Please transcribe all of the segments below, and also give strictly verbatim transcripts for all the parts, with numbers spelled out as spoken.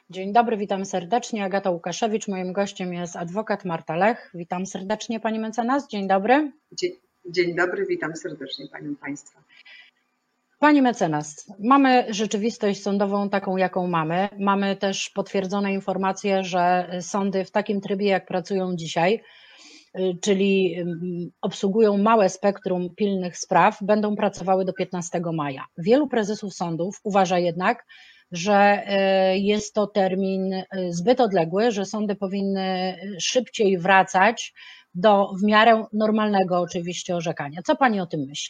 Dzień dobry, witam serdecznie. Agata Łukaszewicz. Moim gościem jest adwokat Marta Lech. Witam serdecznie pani mecenas. Dzień dobry. Dzień, dzień dobry, witam serdecznie panią państwa. Pani mecenas, mamy rzeczywistość sądową taką, jaką mamy. Mamy też potwierdzone informacje, że sądy w takim trybie, jak pracują dzisiaj, czyli obsługują małe spektrum pilnych spraw, będą pracowały do piętnastego maja. Wielu prezesów sądów uważa jednak, że jest to termin zbyt odległy, że sądy powinny szybciej wracać do w miarę normalnego oczywiście orzekania. Co pani o tym myśli?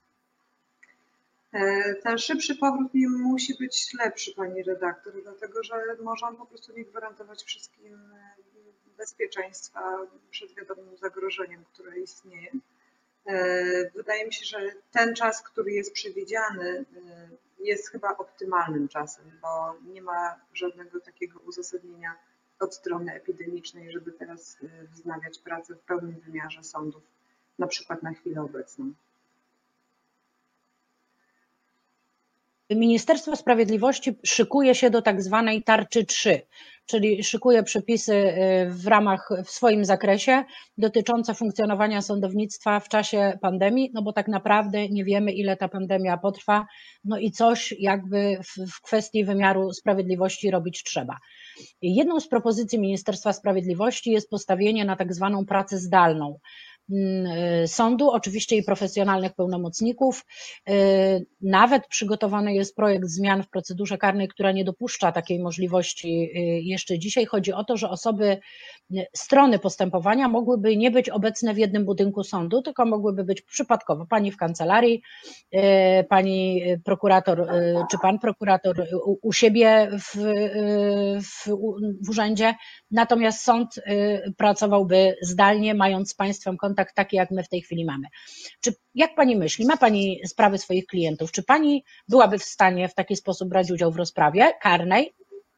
Ten szybszy powrót nie musi być lepszy, pani redaktor, dlatego że może on po prostu nie gwarantować wszystkim bezpieczeństwa przed wiadomym zagrożeniem, które istnieje. Wydaje mi się, że ten czas, który jest przewidziany, jest chyba optymalnym czasem, bo nie ma żadnego takiego uzasadnienia od strony epidemicznej, żeby teraz wznawiać pracę w pełnym wymiarze sądów, na przykład na chwilę obecną. Ministerstwo Sprawiedliwości szykuje się do tak zwanej tarczy trzy, czyli szykuje przepisy w ramach, w swoim zakresie dotyczące funkcjonowania sądownictwa w czasie pandemii, no bo tak naprawdę nie wiemy, ile ta pandemia potrwa, no i coś jakby w, w kwestii wymiaru sprawiedliwości robić trzeba. Jedną z propozycji Ministerstwa Sprawiedliwości jest postawienie na tak zwaną pracę zdalną sądu, oczywiście i profesjonalnych pełnomocników. Nawet przygotowany jest projekt zmian w procedurze karnej, która nie dopuszcza takiej możliwości jeszcze dzisiaj. Chodzi o to, że osoby, strony postępowania mogłyby nie być obecne w jednym budynku sądu, tylko mogłyby być przypadkowo pani w kancelarii, pani prokurator czy pan prokurator u, u siebie w, w, w urzędzie, natomiast sąd pracowałby zdalnie, mając z państwem kontakt taki, jak my w tej chwili mamy. Czy, jak pani myśli, ma pani sprawy swoich klientów, czy pani byłaby w stanie w taki sposób brać udział w rozprawie karnej?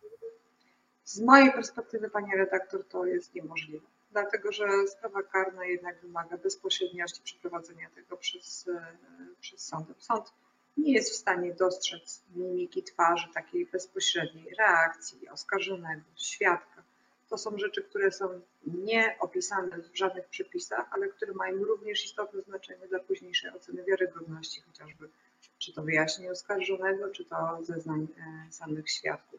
Z mojej perspektywy, pani redaktor, to jest niemożliwe, dlatego że sprawa karna jednak wymaga bezpośredniości przeprowadzenia tego przez, przez sąd. Sąd nie jest w stanie dostrzec mimiki twarzy, takiej bezpośredniej reakcji oskarżonego, świadka. To są rzeczy, które są nie opisane w żadnych przepisach, ale które mają również istotne znaczenie dla późniejszej oceny wiarygodności, chociażby czy to wyjaśnień oskarżonego, czy to zeznań samych świadków.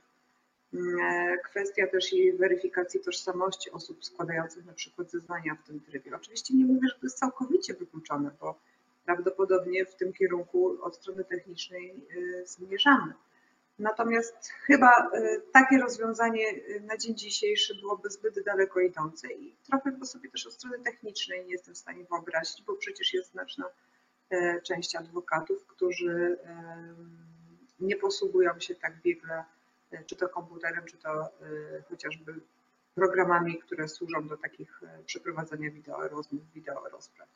Kwestia też i weryfikacji tożsamości osób składających na przykład zeznania w tym trybie. Oczywiście nie mówię, że to jest całkowicie wykluczone, bo prawdopodobnie w tym kierunku od strony technicznej zmierzamy. Natomiast chyba takie rozwiązanie na dzień dzisiejszy byłoby zbyt daleko idące i trochę go sobie też od strony technicznej nie jestem w stanie wyobrazić, bo przecież jest znaczna część adwokatów, którzy nie posługują się tak biegle czy to komputerem, czy to chociażby programami, które służą do takich przeprowadzania wideo rozmów, wideo rozpraw.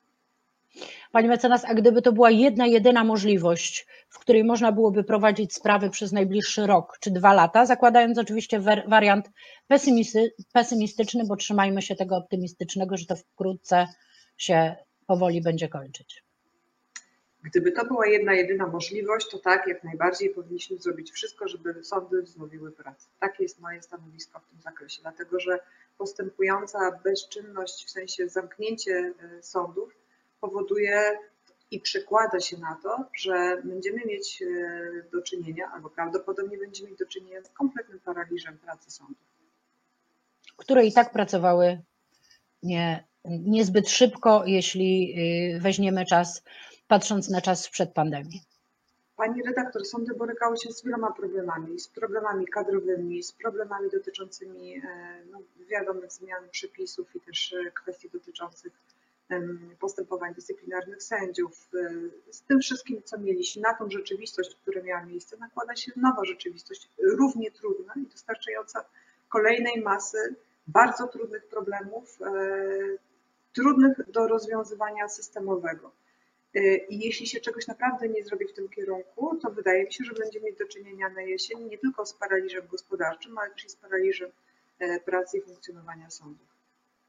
Pani mecenas, a gdyby to była jedna, jedyna możliwość, w której można byłoby prowadzić sprawy przez najbliższy rok czy dwa lata, zakładając oczywiście wariant pesymistyczny, bo trzymajmy się tego optymistycznego, że to wkrótce się powoli będzie kończyć. Gdyby to była jedna, jedyna możliwość, to tak, jak najbardziej powinniśmy zrobić wszystko, żeby sądy wznowiły pracę. Takie jest moje stanowisko w tym zakresie, dlatego że postępująca bezczynność, w sensie zamknięcie sądów, powoduje i przekłada się na to, że będziemy mieć do czynienia, albo prawdopodobnie będziemy mieć do czynienia z kompletnym paraliżem pracy sądów. Które i tak pracowały nie, niezbyt szybko, jeśli weźmiemy czas, patrząc na czas sprzed pandemii. Pani redaktor, sądy borykały się z wieloma problemami, z problemami kadrowymi, z problemami dotyczącymi no, wiadomych zmian przepisów i też kwestii dotyczących postępowań dyscyplinarnych sędziów. Z tym wszystkim, co mieliśmy, na tą rzeczywistość, która miała miejsce, nakłada się nowa rzeczywistość, równie trudna i dostarczająca kolejnej masy bardzo trudnych problemów, trudnych do rozwiązywania systemowego. I jeśli się czegoś naprawdę nie zrobi w tym kierunku, to wydaje mi się, że będziemy mieć do czynienia na jesieni nie tylko z paraliżem gospodarczym, ale też i z paraliżem pracy i funkcjonowania sądów.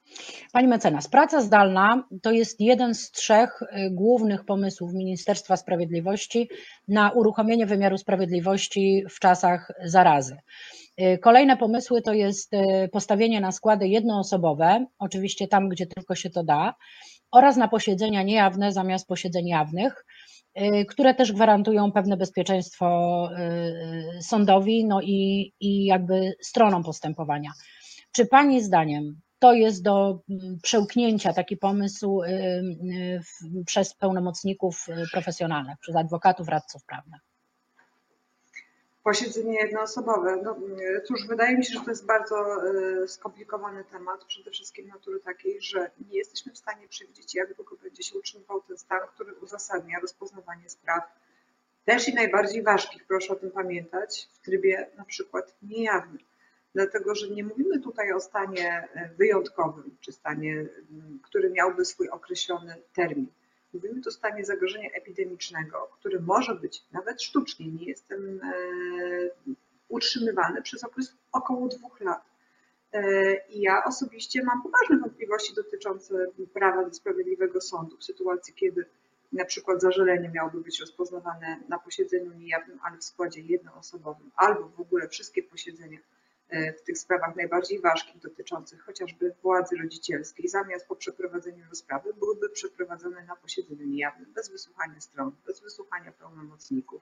Pani mecenas, praca zdalna to jest jeden z trzech głównych pomysłów Ministerstwa Sprawiedliwości na uruchomienie wymiaru sprawiedliwości w czasach zarazy. Kolejne pomysły to jest postawienie na składy jednoosobowe, oczywiście tam, gdzie tylko się to da, oraz na posiedzenia niejawne zamiast posiedzeń jawnych, które też gwarantują pewne bezpieczeństwo sądowi, no i, i jakby stronom postępowania. Czy Pani zdaniem to jest do przełknięcia taki pomysł przez pełnomocników profesjonalnych, przez adwokatów, radców prawnych? Posiedzenie jednoosobowe. No, cóż, wydaje mi się, że to jest bardzo skomplikowany temat, przede wszystkim natury takiej, że nie jesteśmy w stanie przewidzieć, jak długo będzie się utrzymywał ten stan, który uzasadnia rozpoznawanie spraw też i najbardziej ważkich, proszę o tym pamiętać, w trybie na przykład niejawnym. Dlatego, że nie mówimy tutaj o stanie wyjątkowym, czy stanie, który miałby swój określony termin. Mówimy tu o stanie zagrożenia epidemicznego, który może być nawet sztucznie, nie jestem utrzymywany przez okres około dwóch lat. I ja osobiście mam poważne wątpliwości dotyczące prawa do sprawiedliwego sądu w sytuacji, kiedy na przykład zażalenie miałoby być rozpoznawane na posiedzeniu niejawnym, ale w składzie jednoosobowym, albo w ogóle wszystkie posiedzenia w tych sprawach najbardziej ważkich dotyczących chociażby władzy rodzicielskiej, zamiast po przeprowadzeniu rozprawy byłyby przeprowadzone na posiedzeniu niejawnym, bez wysłuchania stron, bez wysłuchania pełnomocników.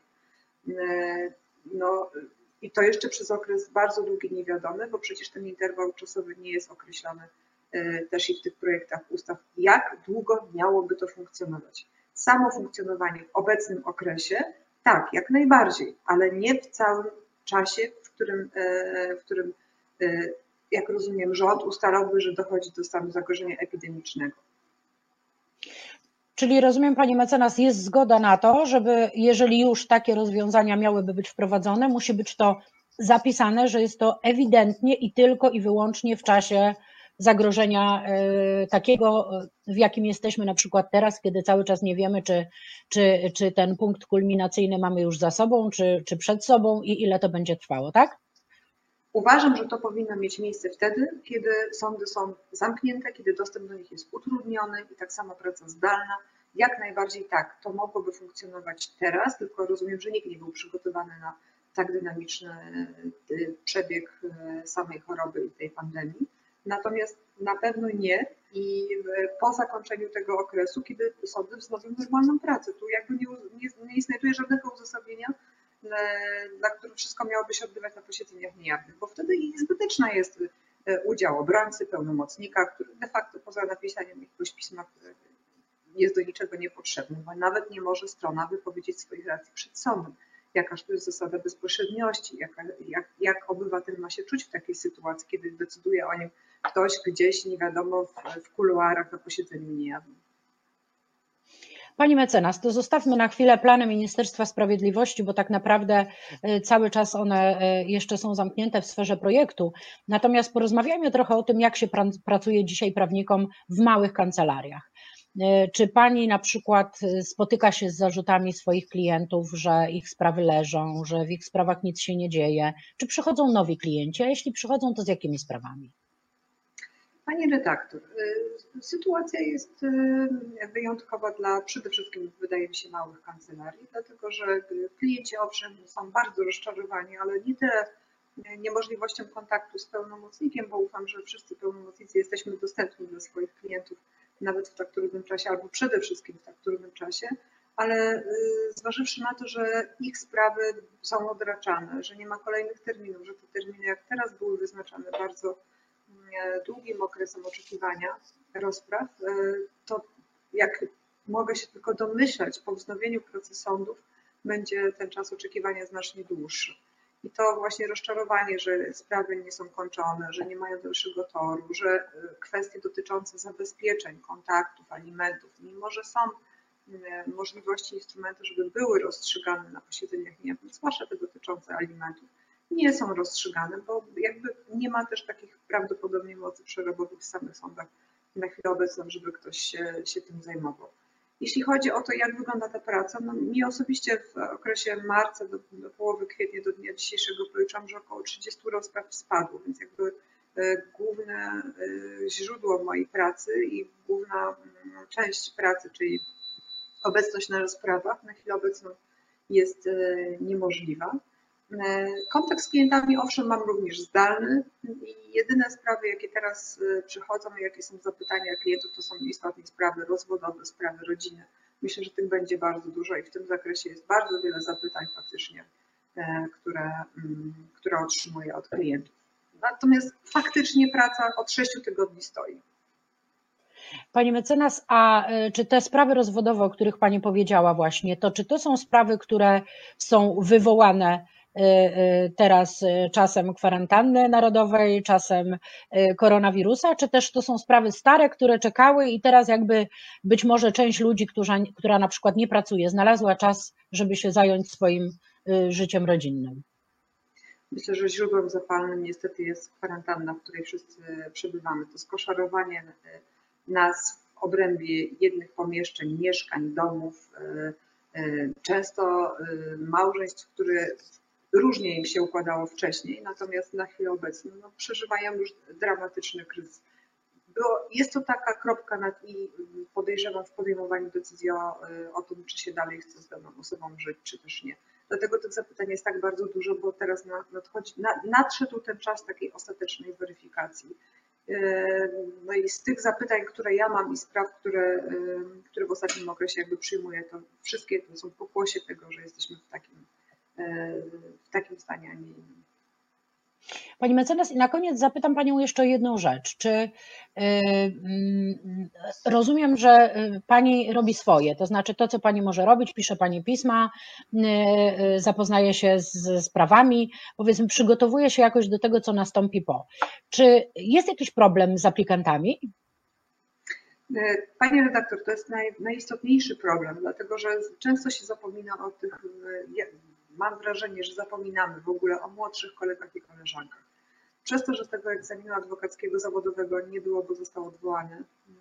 No i to jeszcze przez okres bardzo długi, niewiadomy, bo przecież ten interwał czasowy nie jest określony też i w tych projektach ustaw, jak długo miałoby to funkcjonować. Samo funkcjonowanie w obecnym okresie, tak, jak najbardziej, ale nie w całym czasie, w którym, w którym, jak rozumiem, rząd ustalałby, że dochodzi do stanu zagrożenia epidemicznego. Czyli rozumiem, Pani mecenas, jest zgoda na to, żeby jeżeli już takie rozwiązania miałyby być wprowadzone, musi być to zapisane, że jest to ewidentnie i tylko i wyłącznie w czasie zagrożenia takiego, w jakim jesteśmy na przykład teraz, kiedy cały czas nie wiemy, czy, czy, czy ten punkt kulminacyjny mamy już za sobą, czy, czy przed sobą i ile to będzie trwało, tak? Uważam, że to powinno mieć miejsce wtedy, kiedy sądy są zamknięte, kiedy dostęp do nich jest utrudniony i tak samo praca zdalna. Jak najbardziej tak, to mogłoby funkcjonować teraz, tylko rozumiem, że nikt nie był przygotowany na tak dynamiczny przebieg samej choroby i tej pandemii. Natomiast na pewno nie i po zakończeniu tego okresu, kiedy sądy wznowią normalną pracę. Tu jakby nie, nie, nie znajduję żadnego uzasadnienia, dla których wszystko miałoby się odbywać na posiedzeniach niejawnych, bo wtedy zbyteczna jest udział obrońcy, pełnomocnika, który de facto poza napisaniem jakiegoś pisma jest do niczego niepotrzebny, bo nawet nie może strona wypowiedzieć swoich racji przed sądem. Jakaż to jest zasada bezpośredniości, jak, jak, jak obywatel ma się czuć w takiej sytuacji, kiedy decyduje o nim ktoś gdzieś, nie wiadomo, w, w kuluarach na posiedzeniu niejawnym. Pani mecenas, to zostawmy na chwilę plany Ministerstwa Sprawiedliwości, bo tak naprawdę cały czas one jeszcze są zamknięte w sferze projektu. Natomiast porozmawiajmy trochę o tym, jak się pracuje dzisiaj prawnikom w małych kancelariach. Czy Pani na przykład spotyka się z zarzutami swoich klientów, że ich sprawy leżą, że w ich sprawach nic się nie dzieje? Czy przychodzą nowi klienci? A jeśli przychodzą, to z jakimi sprawami? Pani redaktor, sytuacja jest wyjątkowa dla przede wszystkim, wydaje mi się, małych kancelarii, dlatego że klienci owszem są bardzo rozczarowani, ale nie tyle niemożliwością kontaktu z pełnomocnikiem, bo ufam, że wszyscy pełnomocnicy jesteśmy dostępni dla swoich klientów nawet w tak trudnym czasie, albo przede wszystkim w tak trudnym czasie, ale zważywszy na to, że ich sprawy są odraczane, że nie ma kolejnych terminów, że te terminy jak teraz były wyznaczane bardzo długim okresem oczekiwania rozpraw, to jak mogę się tylko domyślać, po wznowieniu pracy sądów będzie ten czas oczekiwania znacznie dłuższy. I to właśnie rozczarowanie, że sprawy nie są kończone, że nie mają dalszego toru, że kwestie dotyczące zabezpieczeń, kontaktów, alimentów, mimo że są możliwości, instrumenty, żeby były rozstrzygane na posiedzeniach niejawnych, zwłaszcza te dotyczące alimentów, nie są rozstrzygane, bo jakby nie ma też takich prawdopodobnie mocy przerobowych w samych sądach na chwilę obecną, żeby ktoś się, się tym zajmował. Jeśli chodzi o to, jak wygląda ta praca, no mi osobiście w okresie marca do, do połowy kwietnia do dnia dzisiejszego policzam, że około trzydziestu rozpraw spadło, więc jakby główne źródło mojej pracy i główna część pracy, czyli obecność na rozprawach, na chwilę obecną jest niemożliwa. Kontakt z klientami owszem mam również zdalny i jedyne sprawy, jakie teraz przychodzą i jakie są zapytania klientów, to są istotnie sprawy rozwodowe, sprawy rodzinne. Myślę, że tych będzie bardzo dużo i w tym zakresie jest bardzo wiele zapytań faktycznie, które, które otrzymuję od klientów. Natomiast faktycznie praca od sześciu tygodni stoi. Pani mecenas, a czy te sprawy rozwodowe, o których Pani powiedziała właśnie, to czy to są sprawy, które są wywołane teraz czasem kwarantanny narodowej, czasem koronawirusa, czy też to są sprawy stare, które czekały i teraz jakby być może część ludzi, która, która na przykład nie pracuje, znalazła czas, żeby się zająć swoim życiem rodzinnym? Myślę, że źródłem zapalnym niestety jest kwarantanna, w której wszyscy przebywamy. To skoszarowanie nas w obrębie jednych pomieszczeń, mieszkań, domów, często małżeństw, które różnie im się układało wcześniej, natomiast na chwilę obecną no, przeżywają już dramatyczny kryzys. Było, jest to taka kropka nad i, podejrzewam, w podejmowaniu decyzji o, o tym, czy się dalej chce z daną osobą żyć, czy też nie. Dlatego tych zapytań jest tak bardzo dużo, bo teraz nadchodzi, nadszedł ten czas takiej ostatecznej weryfikacji. No i z tych zapytań, które ja mam i spraw, które, które w ostatnim okresie jakby przyjmuję, to wszystkie to są pokłosie tego, że jesteśmy w takim, w takim stanie, a nie innym. Pani mecenas, i na koniec zapytam Panią jeszcze o jedną rzecz. Czy rozumiem, że Pani robi swoje, to znaczy to, co Pani może robić, pisze Pani pisma, zapoznaje się z sprawami, powiedzmy przygotowuje się jakoś do tego, co nastąpi po. Czy jest jakiś problem z aplikantami? Pani redaktor, to jest naj, najistotniejszy problem, dlatego że często się zapomina o tych, mam wrażenie, że zapominamy w ogóle o młodszych kolegach i koleżankach. Przez to, że z tego egzaminu adwokackiego zawodowego nie było, bo został odwołany,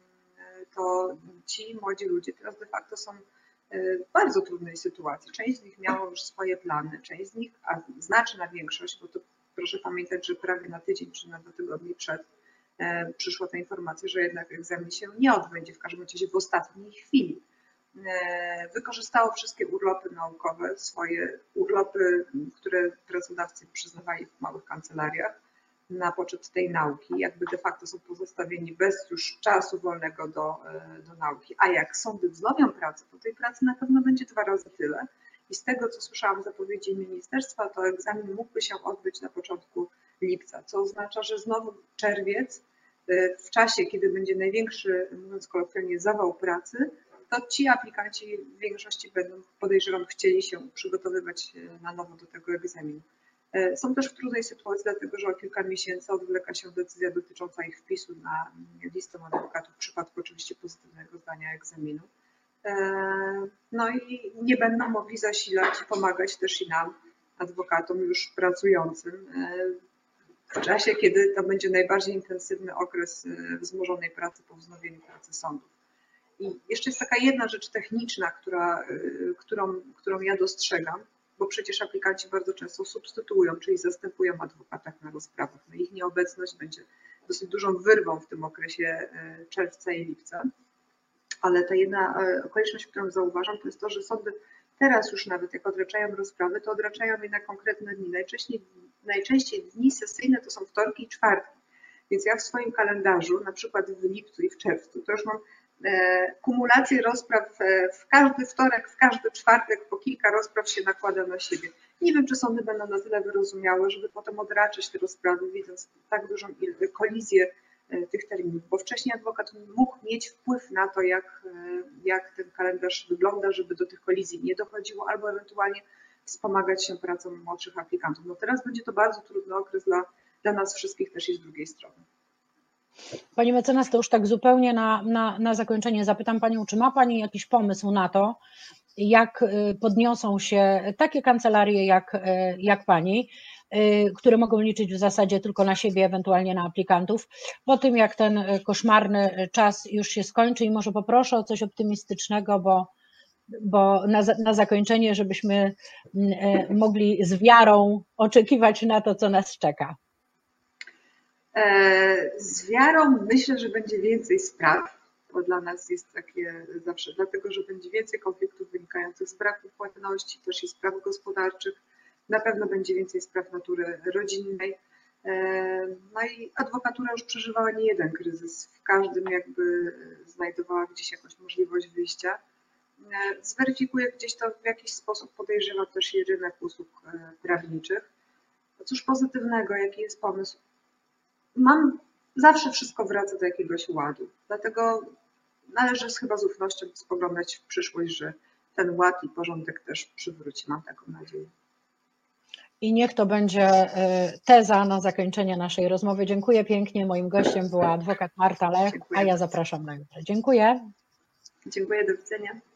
to ci młodzi ludzie teraz de facto są w bardzo trudnej sytuacji. Część z nich miała już swoje plany, część z nich, a znaczna większość, bo to proszę pamiętać, że prawie na tydzień czy na dwa tygodnie przed przyszła ta informacja, że jednak egzamin się nie odbędzie, w każdym razie w ostatniej chwili. Wykorzystało wszystkie urlopy naukowe, swoje urlopy, które pracodawcy przyznawali w małych kancelariach na poczet tej nauki, jakby de facto są pozostawieni bez już czasu wolnego do, do nauki. A jak sądy wznowią pracę, to tej pracy na pewno będzie dwa razy tyle. I z tego, co słyszałam w zapowiedzi ministerstwa, to egzamin mógłby się odbyć na początku lipca, co oznacza, że znowu czerwiec, w czasie, kiedy będzie największy, mówiąc kolokwialnie, zawał pracy, to ci aplikanci w większości będą, podejrzewam, chcieli się przygotowywać na nowo do tego egzaminu. Są też w trudnej sytuacji, dlatego że o kilka miesięcy odwleka się decyzja dotycząca ich wpisu na listę adwokatów w przypadku oczywiście pozytywnego zdania egzaminu. No i nie będą mogli zasilać i pomagać też i nam, adwokatom już pracującym, w czasie, kiedy to będzie najbardziej intensywny okres wzmożonej pracy po wznowieniu pracy sądów. I jeszcze jest taka jedna rzecz techniczna, która, którą, którą ja dostrzegam, bo przecież aplikanci bardzo często substytuują, czyli zastępują adwokatach na rozprawach. No ich nieobecność będzie dosyć dużą wyrwą w tym okresie czerwca i lipca. Ale ta jedna okoliczność, którą zauważam, to jest to, że sądy teraz już nawet jak odraczają rozprawy, to odraczają je na konkretne dni. Najczęściej, najczęściej dni sesyjne to są wtorki i czwartki. Więc ja w swoim kalendarzu, na przykład w lipcu i w czerwcu, to już mam kumulację rozpraw w każdy wtorek, w każdy czwartek, po kilka rozpraw się nakłada na siebie. Nie wiem, czy sądy będą na tyle wyrozumiałe, żeby potem odraczać te rozprawy, widząc tak dużą kolizję tych terminów, bo wcześniej adwokat mógł mieć wpływ na to, jak, jak ten kalendarz wygląda, żeby do tych kolizji nie dochodziło, albo ewentualnie wspomagać się pracą młodszych aplikantów. No teraz będzie to bardzo trudny okres dla, dla nas wszystkich też i z drugiej strony. Pani mecenas, to już tak zupełnie na, na, na zakończenie zapytam Panią, czy ma Pani jakiś pomysł na to, jak podniosą się takie kancelarie jak, jak Pani, które mogą liczyć w zasadzie tylko na siebie, ewentualnie na aplikantów, po tym jak ten koszmarny czas już się skończy i może poproszę o coś optymistycznego, bo, bo na, na zakończenie, żebyśmy mogli z wiarą oczekiwać na to, co nas czeka. Z wiarą myślę, że będzie więcej spraw. To dla nas jest takie zawsze, dlatego że będzie więcej konfliktów wynikających z braku płatności, też i spraw gospodarczych. Na pewno będzie więcej spraw natury rodzinnej. No i adwokatura już przeżywała nie jeden kryzys. W każdym jakby znajdowała gdzieś jakąś możliwość wyjścia. Zweryfikuje gdzieś to w jakiś sposób, podejrzewa też i rynek usług prawniczych. Cóż pozytywnego, jaki jest pomysł? Mam, zawsze wszystko wraca do jakiegoś ładu, dlatego należy chyba z ufnością spoglądać w przyszłość, że ten ład i porządek też przywróci, mam taką nadzieję. I niech to będzie teza na zakończenie naszej rozmowy. Dziękuję pięknie. Moim gościem była adwokat Marta Lech, Dziękuję a ja bardzo. Zapraszam na jutro. Dziękuję. Dziękuję, do widzenia.